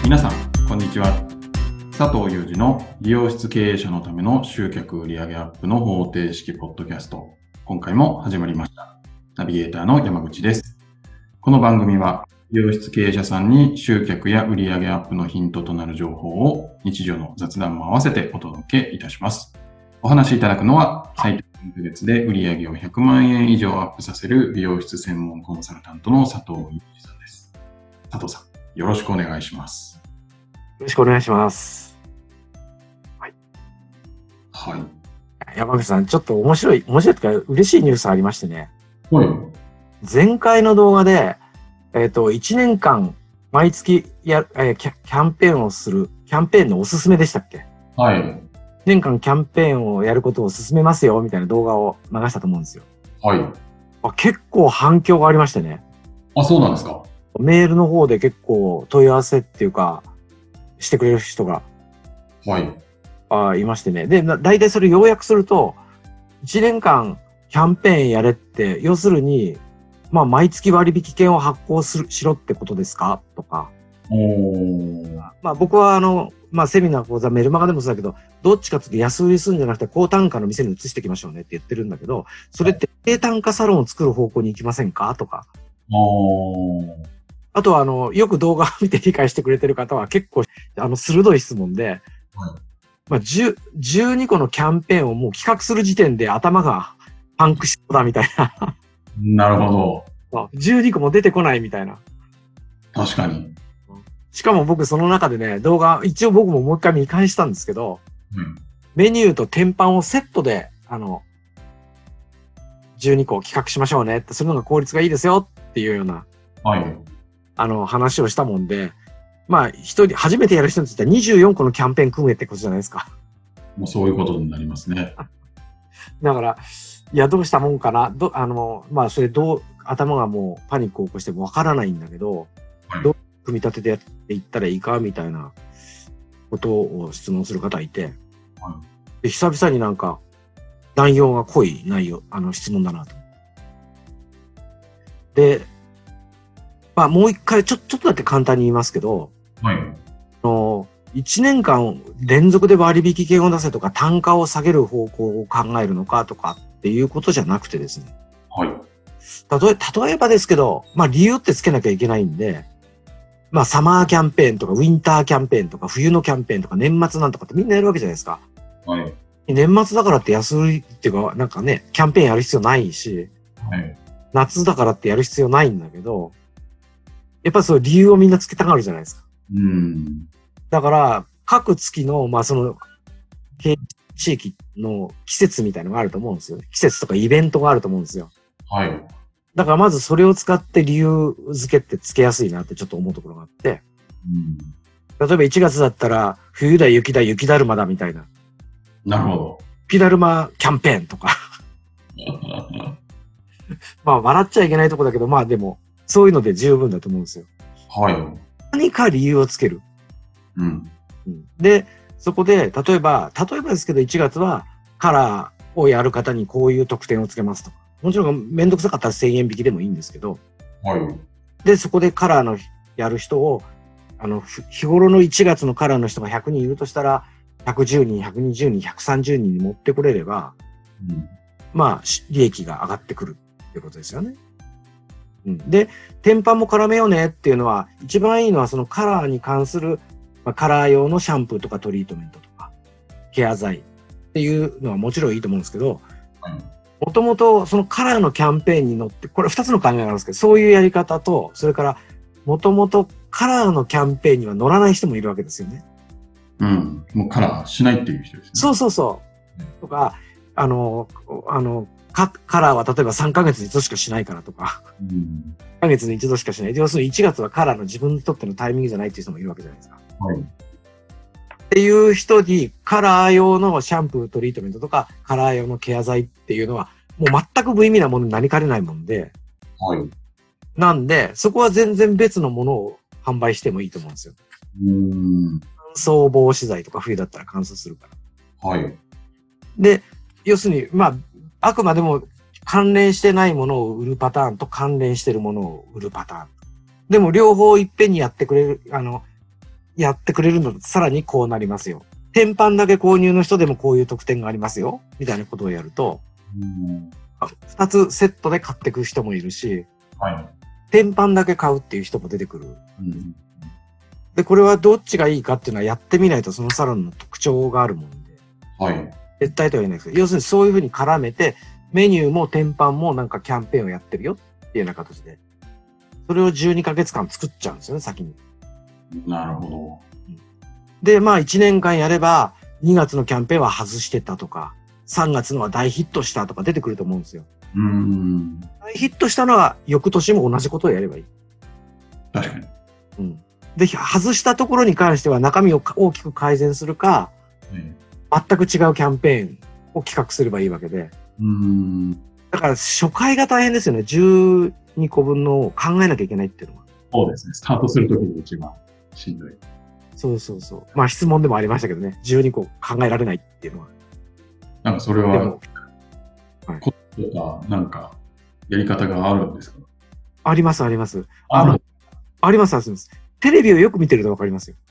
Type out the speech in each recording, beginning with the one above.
皆さん、こんにちは。佐藤祐二の美容室経営者のための集客売上アップの方程式ポッドキャスト。今回も始まりました。ナビゲーターの山口です。この番組は美容室経営者さんに集客や売上アップのヒントとなる情報を日常の雑談も合わせてお届けいたします。お話しいただくのは最短4ヶ月で売上を100万円以上アップさせる美容室専門コンサルタントの佐藤祐二さんです。佐藤さん、よろしくお願いします。 よろしくお願いします。 はい。 山口さん、ちょっと面白いというか嬉しいニュースありましてね。 はい。 前回の動画で、1年間毎月キャンペーンをする、キャンペーンのおすすめでしたっけ？ はい。 1年間キャンペーンをやることを勧めますよ、みたいな動画を流したと思うんですよ。 はい。 結構反響がありましてね。 あ、そうなんですか。 メールの方で結構問い合わせっていうか、してくれる人が、 はい。 いましてね。で、大体それ要約すると、1年間キャンペーンやれって、要するに、毎月割引券を発行しろってことですかとか。僕はセミナー講座メルマガでもそうだけど、どっちかというと安売りするんじゃなくて高単価の店に移していきましょうねって言ってるんだけど、それって低単価サロンを作る方向に行きませんかとか。あとはよく動画を見て理解してくれてる方は結構鋭い質問で、12個のキャンペーンをもう企画する時点で頭がパンクしそうだみたいな。 なるほど。12個も出てこないみたいな。 確かに。 しかも僕その中でね、動画、一応僕ももう一回見返したんですけど、メニューと天板をセットで、12個企画しましょうねって、それのが効率がいいですよっていうような、話をしたもんで、初めてやる人については24個のキャンペーン組めってことじゃないですか。 もうそういうことになりますね。 だから、いや、どうしたもんかな。それ頭がもうパニックを起こしてもわからないんだけど、どう組み立ててやっていったらいいかみたいなことを質問する方いて、で久々になんか内容が濃い内容、質問だなと。で、もう一回ちょっとだけ簡単に言いますけど、1年間連続で割引券を出せとか単価を下げる方向を考えるのかとかっていうことじゃなくてですね。例えばですけど、理由ってつけなきゃいけないんで、サマーキャンペーンとかウィンターキャンペーンとか冬のキャンペーンとか年末なんとかってみんなやるわけじゃないですか。年末だからって安売りっていうか、なんかね、キャンペーンやる必要ないし、夏だからってやる必要ないんだけど、やっぱりそういう理由をみんなつけたがるじゃないですか。だから、各月の、地域の季節みたいなのがあると思うんですよね。季節とかイベントがあると思うんですよ。だからまずそれを使って理由付けってつけやすいなってちょっと思うところがあって。例えば1月だったら、冬だ、雪だ、雪だるまだみたいな。 なるほど。 雪だるまキャンペーンとか。笑っちゃいけないとこだけど、でも、そういうので十分だと思うんですよ。何か理由をつける。で、そこで、例えばですけど、1月はカラーをやる方にこういう特典をつけますとか。もちろん、めんどくさかったら1000円引きでもいいんですけど。で、そこでカラーのやる人を、日頃の1月のカラーの人が100人いるとしたら、110人、120人、130人に持ってこれれば、利益が上がってくるってことですよね。で、天板も絡めようねっていうのは、一番いいのはそのカラーに関する、カラー用のシャンプーとかトリートメントとか、ケア剤っていうのはもちろんいいと思うんですけど、もともとそのカラーのキャンペーンに乗って、これ2つの考えがあるんですけど、そういうやり方と、それからもともとカラーのキャンペーンには乗らない人もいるわけですよね。 もうカラーしないっていう人ですね。 そう。とか、カラーは例えば3ヶ月に一度しかしないからとか、3ヶ月に一度しかしない。要するに1月はカラーの自分にとってのタイミングじゃないっていう人もいるわけじゃないですか。っていう人にカラー用のシャンプートリートメントとかカラー用のケア剤っていうのはもう全く無意味なものになりかねないもんで、なんでそこは全然別のものを販売してもいいと思うんですよ。乾燥防止剤とか冬だったら乾燥するから。で、要するにあくまでも関連してないものを売るパターンと関連してるものを売るパターン。でも両方いっぺんにやってくれる、 やってくれるのとさらにこうなりますよ。天板だけ購入の人でもこういう特典がありますよ。みたいなことをやると、2つセットで買っていく人もいるし、はい、天板だけ買うっていう人も出てくる。で、これはどっちがいいかっていうのはやってみないとそのサロンの特徴があるもんで。はい。絶対とは言えないですけど、要するにそういうふうに絡めて、メニューも天板もなんかキャンペーンをやってるよっていうような形で、それを12ヶ月間作っちゃうんですよね、先に。 なるほど。 で、まあ1年間やれば、2月のキャンペーンは外してたとか、3月のは大ヒットしたとか出てくると思うんですよ。大ヒットしたのは翌年も同じことをやればいい。 確かに。 うん。で、外したところに関しては中身を大きく改善するか、全く違うキャンペーンを企画すればいいわけで。だから初回が大変ですよね。12個分のを考えなきゃいけないっていうのは。 そうですね。スタートするときに一番しんどい。 そうそうそう。まあ質問でもありましたけどね。12個考えられないっていうのは。 なんかそれは、はい、コツとか、なんか、やり方があるんですか？ あります、あります。あります、あります。テレビをよく見てるとわかりますよ。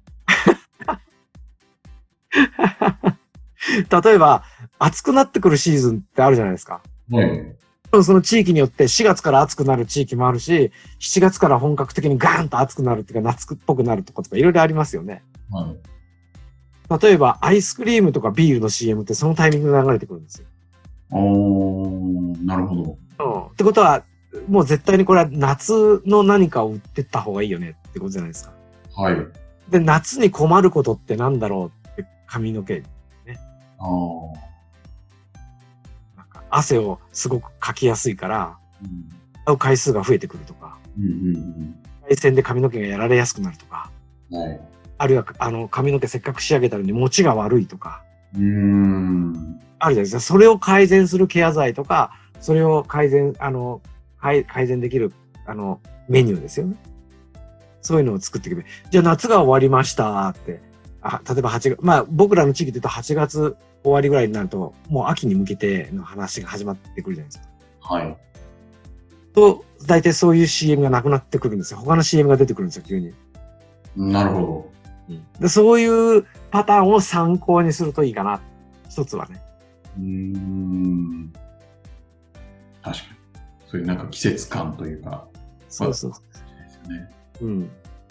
例えば、暑くなってくるシーズンってあるじゃないですか。はい。その地域によって4月から暑くなる地域もあるし、7月から本格的にガーンと暑くなるっていうか夏っぽくなるとかいろいろありますよね。はい。例えば、アイスクリームとかビールの CM ってそのタイミングで流れてくるんですよ。 なるほど。ってことは、もう絶対にこれは夏の何かを売ってった方がいいよねってことじゃないですか。はい。で、夏に困ることってなんだろうって髪の毛。なんか汗をすごくかきやすいから、会う回数が増えてくるとか、回線で髪の毛がやられやすくなるとか、はい、あるいは髪の毛せっかく仕上げたのに持ちが悪いとか、あるじゃないですか。それを改善するケア剤とか、それを改善できるメニューですよね。そういうのを作っていく。じゃあ夏が終わりましたって。例えば8月、まあ僕らの地域で言うと8月終わりぐらいになると、もう秋に向けての話が始まってくるじゃないですか。はい。と、大体そういう CM がなくなってくるんですよ。他の CM が出てくるんですよ、急に。なるほど。でそういうパターンを参考にするといいかな。一つはね。 確かに。そういうなんか季節感というか。 そうそうそう。ね。うん。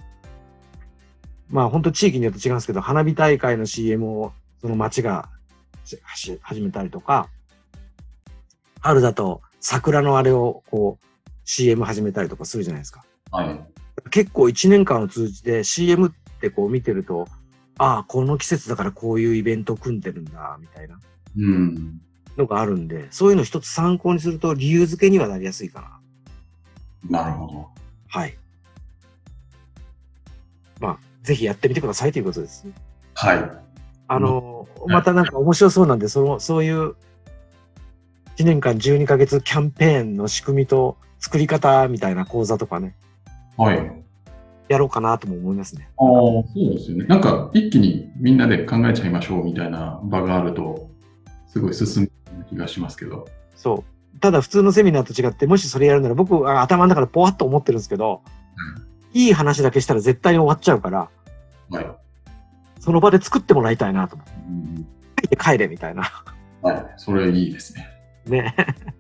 まあ本当地域によって違うんですけど、花火大会の CM をその町が始めたりとか、春だと桜のあれをこう CM 始めたりとかするじゃないですか。はい。結構1年間を通じて CM ってこう見てると、ああ、この季節だからこういうイベント組んでるんだ、みたいなのがあるんで、そういうの一つ参考にすると理由付けにはなりやすいかな。なるほど。 はい。まあ、ぜひやってみてくださいということです。はい。またなんか面白そうなんで、そういう1年間12ヶ月キャンペーンの仕組みと作り方みたいな講座とかね。はい。やろうかなとも思いますね。 そうですよね。なんか一気にみんなで考えちゃいましょうみたいな場があると、すごい進む気がしますけど。 そう。ただ普通のセミナーと違って、もしそれやるなら僕は頭の中でポワッと思ってるんですけど、いい話だけしたら絶対に終わっちゃうから、はい。その場で作ってもらいたいなと思って。書いて帰れみたいな。 はい。それいいですね。 ね。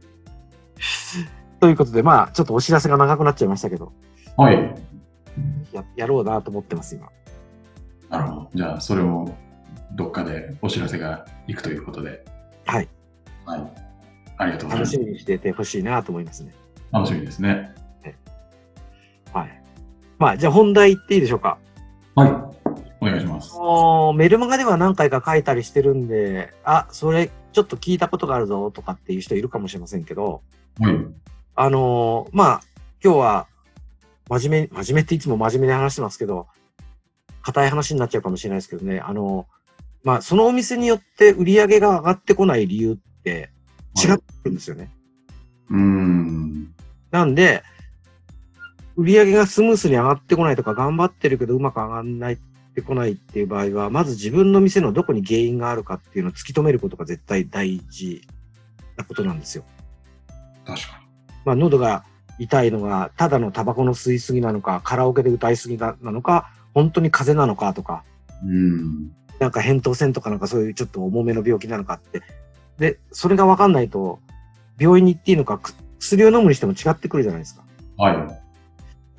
ということで、まあ、ちょっとお知らせが長くなっちゃいましたけど。 はい。 やろうなと思ってます、今。 なるほど。じゃあ、それもどっかでお知らせがいくということで。 はい。 はい。ありがとうございます。 楽しみにしていてほしいなと思いますね。 楽しみですね。 はい。まあ、じゃあ本題言っていいでしょうか。 はい。お願いします。 メルマガでは何回か書いたりしてるんで、それちょっと聞いたことがあるぞとかっていう人いるかもしれませんけど、はい。まあ、今日は真面目っていつも真面目に話してますけど、硬い話になっちゃうかもしれないですけどね、まあ、そのお店によって売り上げが上がってこない理由って違ってくるんですよね。なんで、売り上げがスムースに上がってこないとか、頑張ってるけどうまく上がんないってこないっていう場合は、まず自分の店のどこに原因があるかっていうのを突き止めることが絶対大事なことなんですよ。 確かに。 まあ、喉が痛いのが、ただのタバコの吸いすぎなのか、カラオケで歌いすぎなのか、 本当に風邪なのかとか、 うんなんか扁桃腺とかなんかそういうちょっと重めの病気なのかって。で、それが分かんないと、病院に行っていいのか、薬を飲むにしても違ってくるじゃないですか。 はい。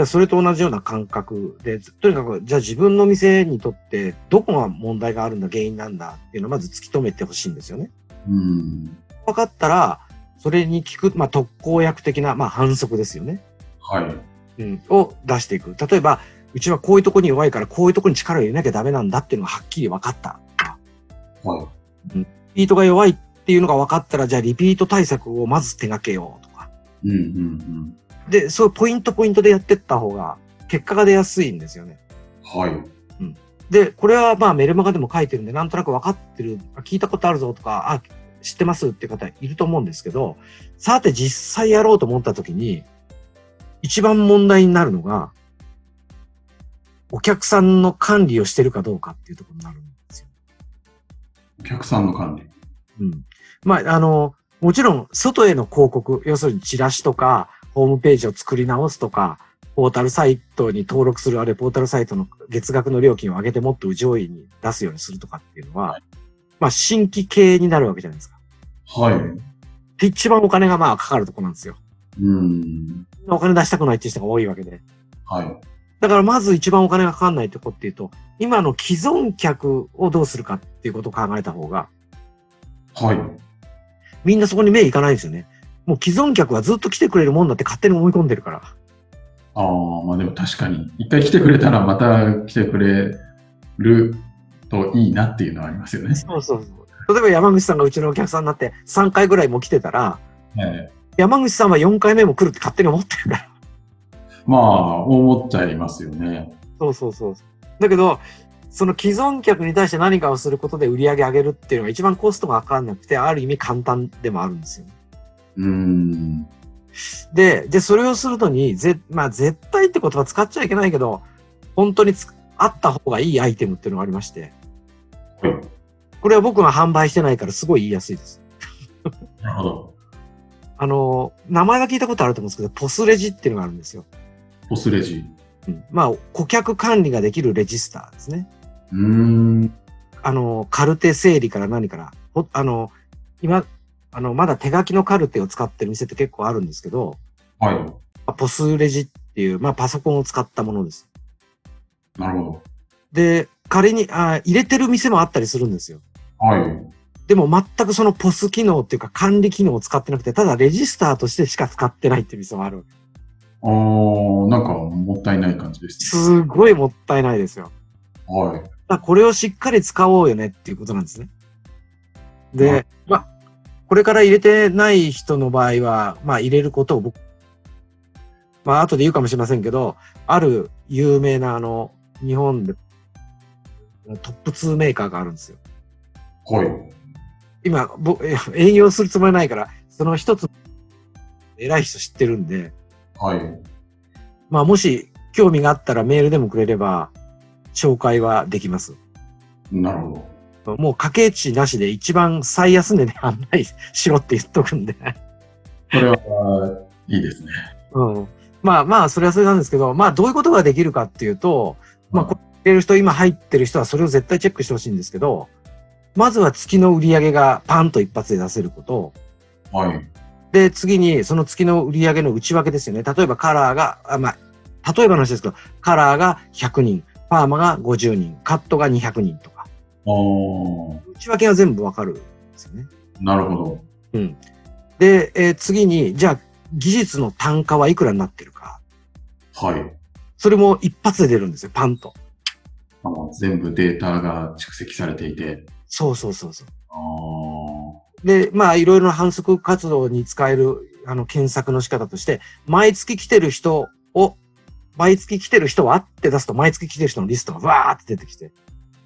それと同じような感覚で、とにかく、じゃあ自分の店にとって、どこが問題があるんだ、原因なんだっていうのをまず突き止めてほしいんですよね。分かったら、それに効く、特効薬的な、反則ですよね。 はい。 を出していく。例えば、うちはこういうとこに弱いから、こういうとこに力を入れなきゃダメなんだっていうのがはっきり分かった。 はい。 リピートが弱いっていうのが分かったら、じゃあリピート対策をまず手掛けようとか。で、そういうポイントでやっていった方が、結果が出やすいんですよね。 はい。 で、これはメルマガでも書いてるんで、なんとなく分かってる、聞いたことあるぞとか、知ってますっていう方いると思うんですけど、さて実際やろうと思った時に、一番問題になるのが、お客さんの管理をしてるかどうかっていうところになるんですよ。 お客さんの管理。 もちろん、外への広告、要するにチラシとか、ホームページを作り直すとか、ポータルサイトに登録する、あるいはポータルサイトの月額の料金を上げてもっと上位に出すようにするとかっていうのは、新規経営になるわけじゃないですか。 はい。 で、一番お金がかかるところなんですよ。お金出したくないっていう人が多いわけで。 はい。 だからまず一番お金がかかんないとこっていうと、今の既存客をどうするかっていうことを考えた方が、 はい。 みんなそこに目いかないんですよね。もう既存客はずっと来てくれるもんだって勝手に思い込んでるから。 でも確かに。一回来てくれたらまた来てくれるといいなっていうのはありますよね。 そう。例えば山口さんがうちのお客さんになって3回ぐらいも来てたら、山口さんは4回目も来るって勝手に思ってるから。 思っちゃいますよね。 そう。だけど、その既存客に対して何かをすることで売り上げ上げるっていうのが一番コストがかかんなくて、ある意味簡単でもあるんですよ。で、それをするのに、絶対って言葉使っちゃいけないけど、本当にあった方がいいアイテムっていうのがありまして。これは僕が販売してないからすごい言いやすいです。 なるほど。 名前は聞いたことあると思うんですけど、ポスレジっていうのがあるんですよ。 ポスレジ。 顧客管理ができるレジスターですね。カルテ整理から何から、今、まだ手書きのカルテを使ってる店って結構あるんですけど、 はい。 ポスレジっていう、パソコンを使ったものです。 なるほど。 で、仮に、入れてる店もあったりするんですよ。 はい。 でも全くそのポス機能っていうか管理機能を使ってなくて、ただレジスターとしてしか使ってないっていう店もある。 なんかもったいない感じですね。 すごいもったいないですよ。 はい。 これをしっかり使おうよねっていうことなんですね。で、これから入れてない人の場合は、入れることを僕、後で言うかもしれませんけど、ある有名な日本でトップ2メーカーがあるんですよ。 はい。 今、営業するつもりないから、その一つ、偉い人知ってるんで、 はい。 もし興味があったらメールでもくれれば、紹介はできます。 なるほど。もう掛け値なしで一番最安値で案内しろって言っとくんで。 それはいいですね。 それはそれなんですけど、どういうことができるかっていうと、これ入れる人、今入ってる人はそれを絶対チェックしてほしいんですけど、まずは月の売り上げがパンと一発で出せること。 はい。 で、次にその月の売り上げの内訳ですよね。例えばカラーが、例えばの話ですけど、カラーが100人、パーマが50人、カットが200人とか。内訳が全部わかるんですよね。 なるほど。 で、次に、じゃあ、技術の単価はいくらになってるか。 はい。 それも一発で出るんですよ、パンと。 全部データが蓄積されていて。 そう。で、いろいろな反則活動に使える、検索の仕方として、毎月来てる人はって出すと、毎月来てる人のリストがわーって出てきて。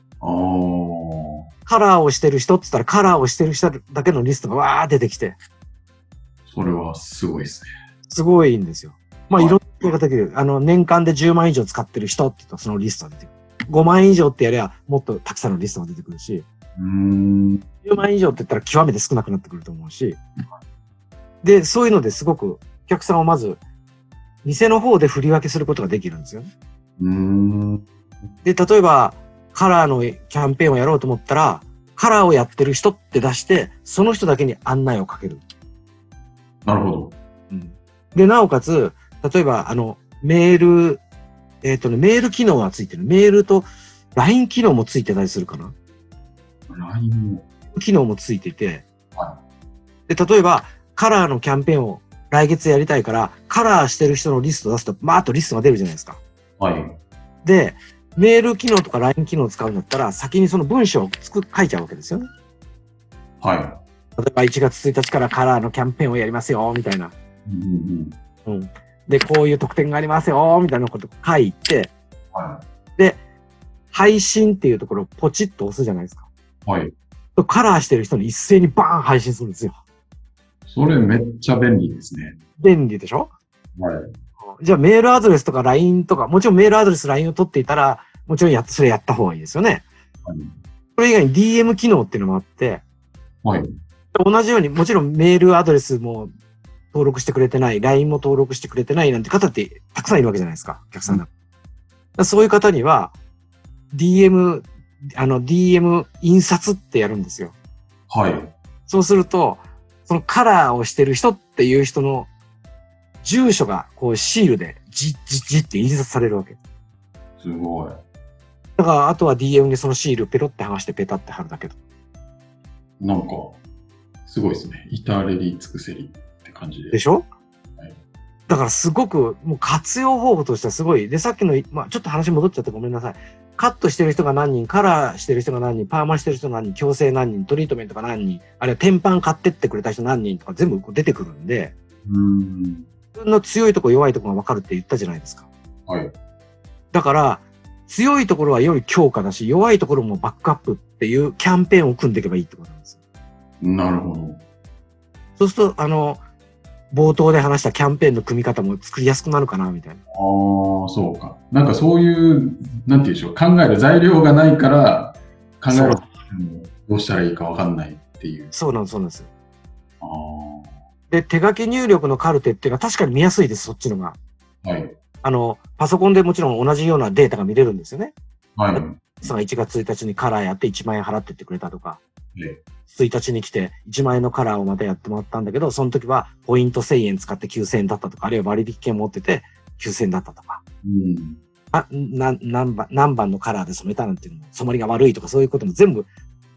カラーをしてる人って言ったら、カラーをしてる人だけのリストがわー出てきて。 それはすごいですね。 すごいんですよ。いろんなことができる。年間で10万以上使ってる人って言うと、そのリストが出てくる。5万以上ってやれば、もっとたくさんのリストが出てくるし。10万以上って言ったら極めて少なくなってくると思うし。で、そういうのですごくお客さんをまず、店の方で振り分けすることができるんですよね。 で、例えば、カラーのキャンペーンをやろうと思ったら、カラーをやってる人って出して、その人だけに案内をかける。 なるほど。 で、なおかつ、例えば、メール、メール機能がついてる。メールと LINE 機能もついてたりするかな。 LINE も機能もついてて、 はで、例えば、カラーのキャンペーンを来月やりたいから、カラーしてる人のリストを出すと、あとリストが出るじゃないですか。 はい。 で、メール機能とか LINE 機能を使うんだったら、先にその文章を書いちゃうわけですよね。 はい。 例えば1月1日からカラーのキャンペーンをやりますよ、みたいな。で、こういう特典がありますよ、みたいなことを書いて、 はい。 で、配信っていうところをポチッと押すじゃないですか。 はい。 カラーしてる人に一斉にバーン配信するんですよ。 それめっちゃ便利ですね。 便利でしょ？ はい。 じゃあメールアドレスとか LINE とか、もちろんメールアドレス LINE を取っていたら、もちろんそれやった方がいいですよね。 はい。 それ以外に DM 機能っていうのもあって、 はい。 同じようにもちろんメールアドレスも登録してくれてない、LINE も登録してくれてないなんて方ってたくさんいるわけじゃないですか、お客さんが。そういう方には、DM 印刷ってやるんですよ。 はい。 そうすると、そのカラーをしてる人っていう人の住所がこうシールでじって印刷されるわけ。 すごい。 だからあとは DM にそのシールペロって剥がしてペタって貼るだけと。 なんか、すごいですね。至れり尽くせりって感じで。 でしょ？ はい。 だからすごくもう活用方法としてはすごい。で、さっきの、ちょっと話戻っちゃってごめんなさい。カットしてる人が何人、カラーしてる人が何人、パーマしてる人が何人、矯正何人、トリートメントが何人、あるいは天板買ってってくれた人何人とか全部出てくるんで、自分の強いとこ弱いとこが分かるって言ったじゃないですか。 はい。 だから、強いところはより強化だし、弱いところもバックアップっていうキャンペーンを組んでいけばいいってことなんです。 なるほど。 そうすると、冒頭で話したキャンペーンの組み方も作りやすくなるかな、みたいな。 ああ、そうか。なんかそういう、なんていうんでしょう、考える材料がないから、考えるどうしたらいいかわかんないっていう。 そうなんです、そうなんです。 ああ。 で、手書き入力のカルテっていうのは確かに見やすいです、そっちのが。 はい。 パソコンでもちろん同じようなデータが見れるんですよね。 はい。 その1月1日にカラーやって1万円払ってってくれたとか。 で、 1日に来て1万円のカラーをまたやってもらったんだけど、その時はポイント1000円使って9000円だったとか、あるいは割引券持ってて9000円だったとか。何番のカラーで染めたなんていうのも、染まりが悪いとかそういうことも全部、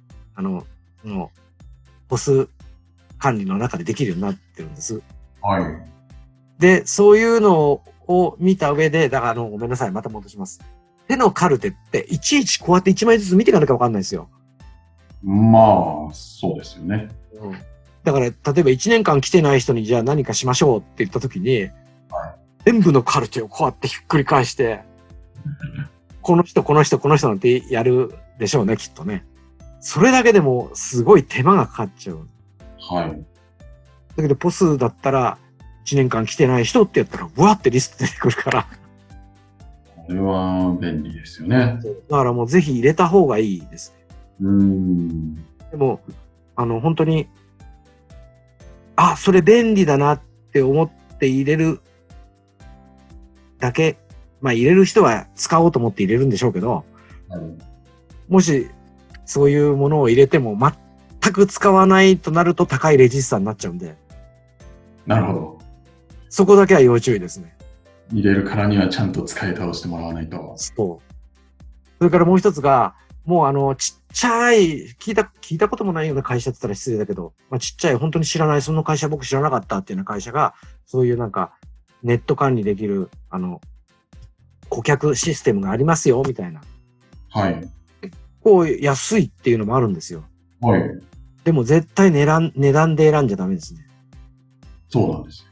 ポス管理の中でできるようになってるんです。 はい。 で、そういうのを見た上で、だからごめんなさい、また戻します。手のカルテって、いちいちこうやって1枚ずつ見ていかなきゃわかんないですよ。 まあ、そうですよね。 だから、例えば1年間来てない人にじゃあ何かしましょうって言った時に、全部のカルテをこうやってひっくり返して、この人なんてやるでしょうね、きっとね。それだけでもすごい手間がかかっちゃう。 はい。 だけど、ポスだったら、1年間来てない人ってやったら、わーってリスト出てくるから。 これは便利ですよね。 だからもうぜひ入れた方がいいですね。でも、本当に、それ便利だなって思って入れるだけ、入れる人は使おうと思って入れるんでしょうけど、もしそういうものを入れても全く使わないとなると高いレジスタになっちゃうんで。 なるほど。 そこだけは要注意ですね。 入れるからにはちゃんと使い倒してもらわないと。 そう。それからもう一つが、もうちっちゃい、聞いたこともないような会社って言ったら失礼だけど、ちっちゃい、本当に知らない、その会社僕知らなかったっていうような会社が、そういうなんか、ネット管理できる、顧客システムがありますよ、みたいな。 はい。 結構安いっていうのもあるんですよ。 はい。 でも絶対値段で選んじゃダメですね。そうなんです。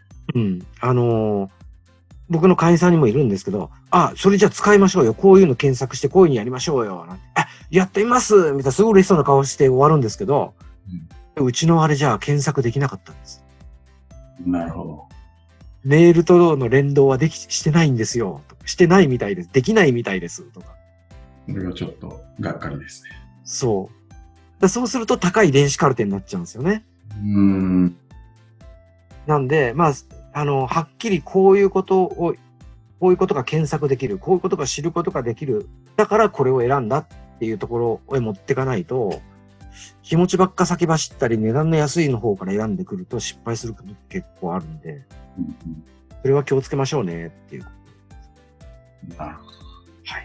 僕の会員さんにもいるんですけど、それじゃあ使いましょうよ。こういうの検索してこういうのやりましょうよ。なんてやってみますみたいなすごい嬉しそうな顔して終わるんですけど、うちのあれじゃあ検索できなかったんです。 なるほど。 メールとの連動はしてないんですよ。してないみたいです。できないみたいです。とか。 それはちょっとがっかりですね。 そう。そうすると高い電子カルテになっちゃうんですよね。なんで、はっきりこういうことが検索できる、こういうことが知ることができるだからこれを選んだっていうところへ持っていかないと、気持ちばっか先走ったり、値段の安いの方から選んでくると失敗すること結構あるんで、それは気をつけましょうねっていう。 なるほど。 はい。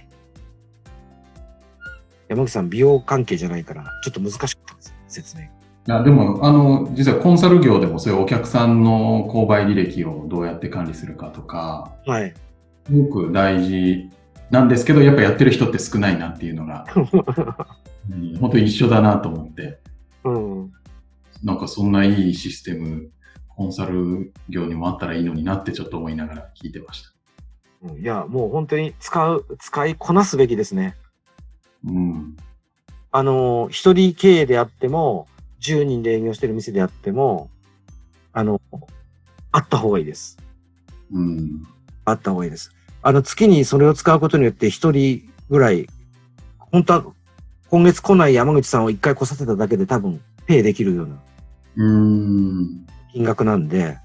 山口さん、美容関係じゃないから、ちょっと難しかったです、説明。 いや、でも、実はコンサル業でもそういうお客さんの購買履歴をどうやって管理するかとか、 はい。 すごく大事なんですけど、やっぱやってる人って少ないなっていうのが、本当に一緒だなと思って、なんかそんないいシステム、コンサル業にもあったらいいのになってちょっと思いながら聞いてました。 いや、もう本当に使いこなすべきですね。一人経営であっても、10人で営業してる店であっても、あった方がいいです。あった方がいいです。月にそれを使うことによって一人ぐらい、本当は今月来ない山口さんを一回来させただけで多分ペイできるような金額なんで、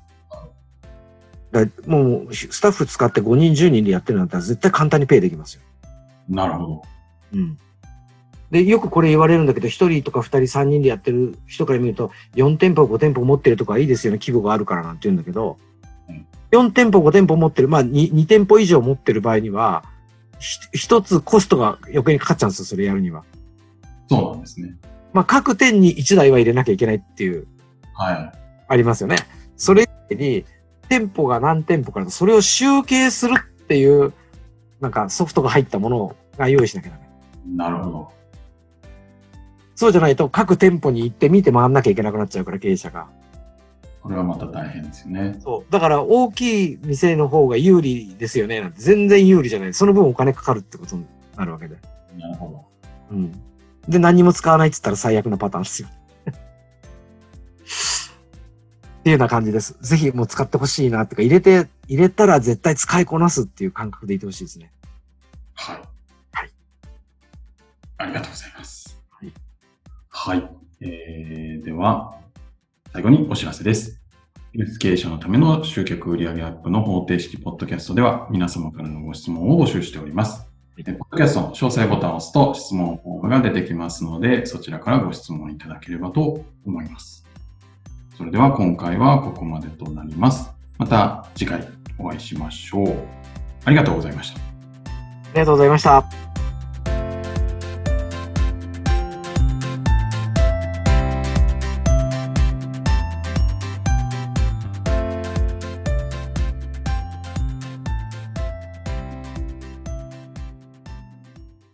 もうスタッフ使って5人10人でやってるんだったら絶対簡単にペイできますよ。 なるほど。 で、よくこれ言われるんだけど、1人とか2人3人でやってる人から見ると、4店舗5店舗持ってるとかいいですよね、規模があるからなんて言うんだけど、4店舗5店舗持ってる、2店舗以上持ってる場合には、一つコストが余計にかかっちゃうんですよ、それやるには。 そうなんですね。 各店に1台は入れなきゃいけないっていう、ありますよね。それに、店舗が何店舗からそれを集計するっていう、なんかソフトが入ったものが用意しなきゃダメ。 なるほど。 そうじゃないと各店舗に行って見て回んなきゃいけなくなっちゃうから、経営者が。 これはまた大変ですよね。 そう。だから大きい店の方が有利ですよね。なんて全然有利じゃない。その分お金かかるってことになるわけで。 なるほど。 で、何も使わないって言ったら最悪なパターンですよ。っていうような感じです。ぜひもう使ってほしいなってか、入れたら絶対使いこなすっていう感覚でいてほしいですね。 はい。ありがとうございます。では、最後にお知らせです。技術経営者のための集客売上アップの方程式ポッドキャストでは皆様からのご質問を募集しております。ポッドキャストの詳細ボタンを押すと質問フォームが出てきますので、そちらからご質問いただければと思います。それでは今回はここまでとなります。また次回お会いしましょう。ありがとうございました。 ありがとうございました。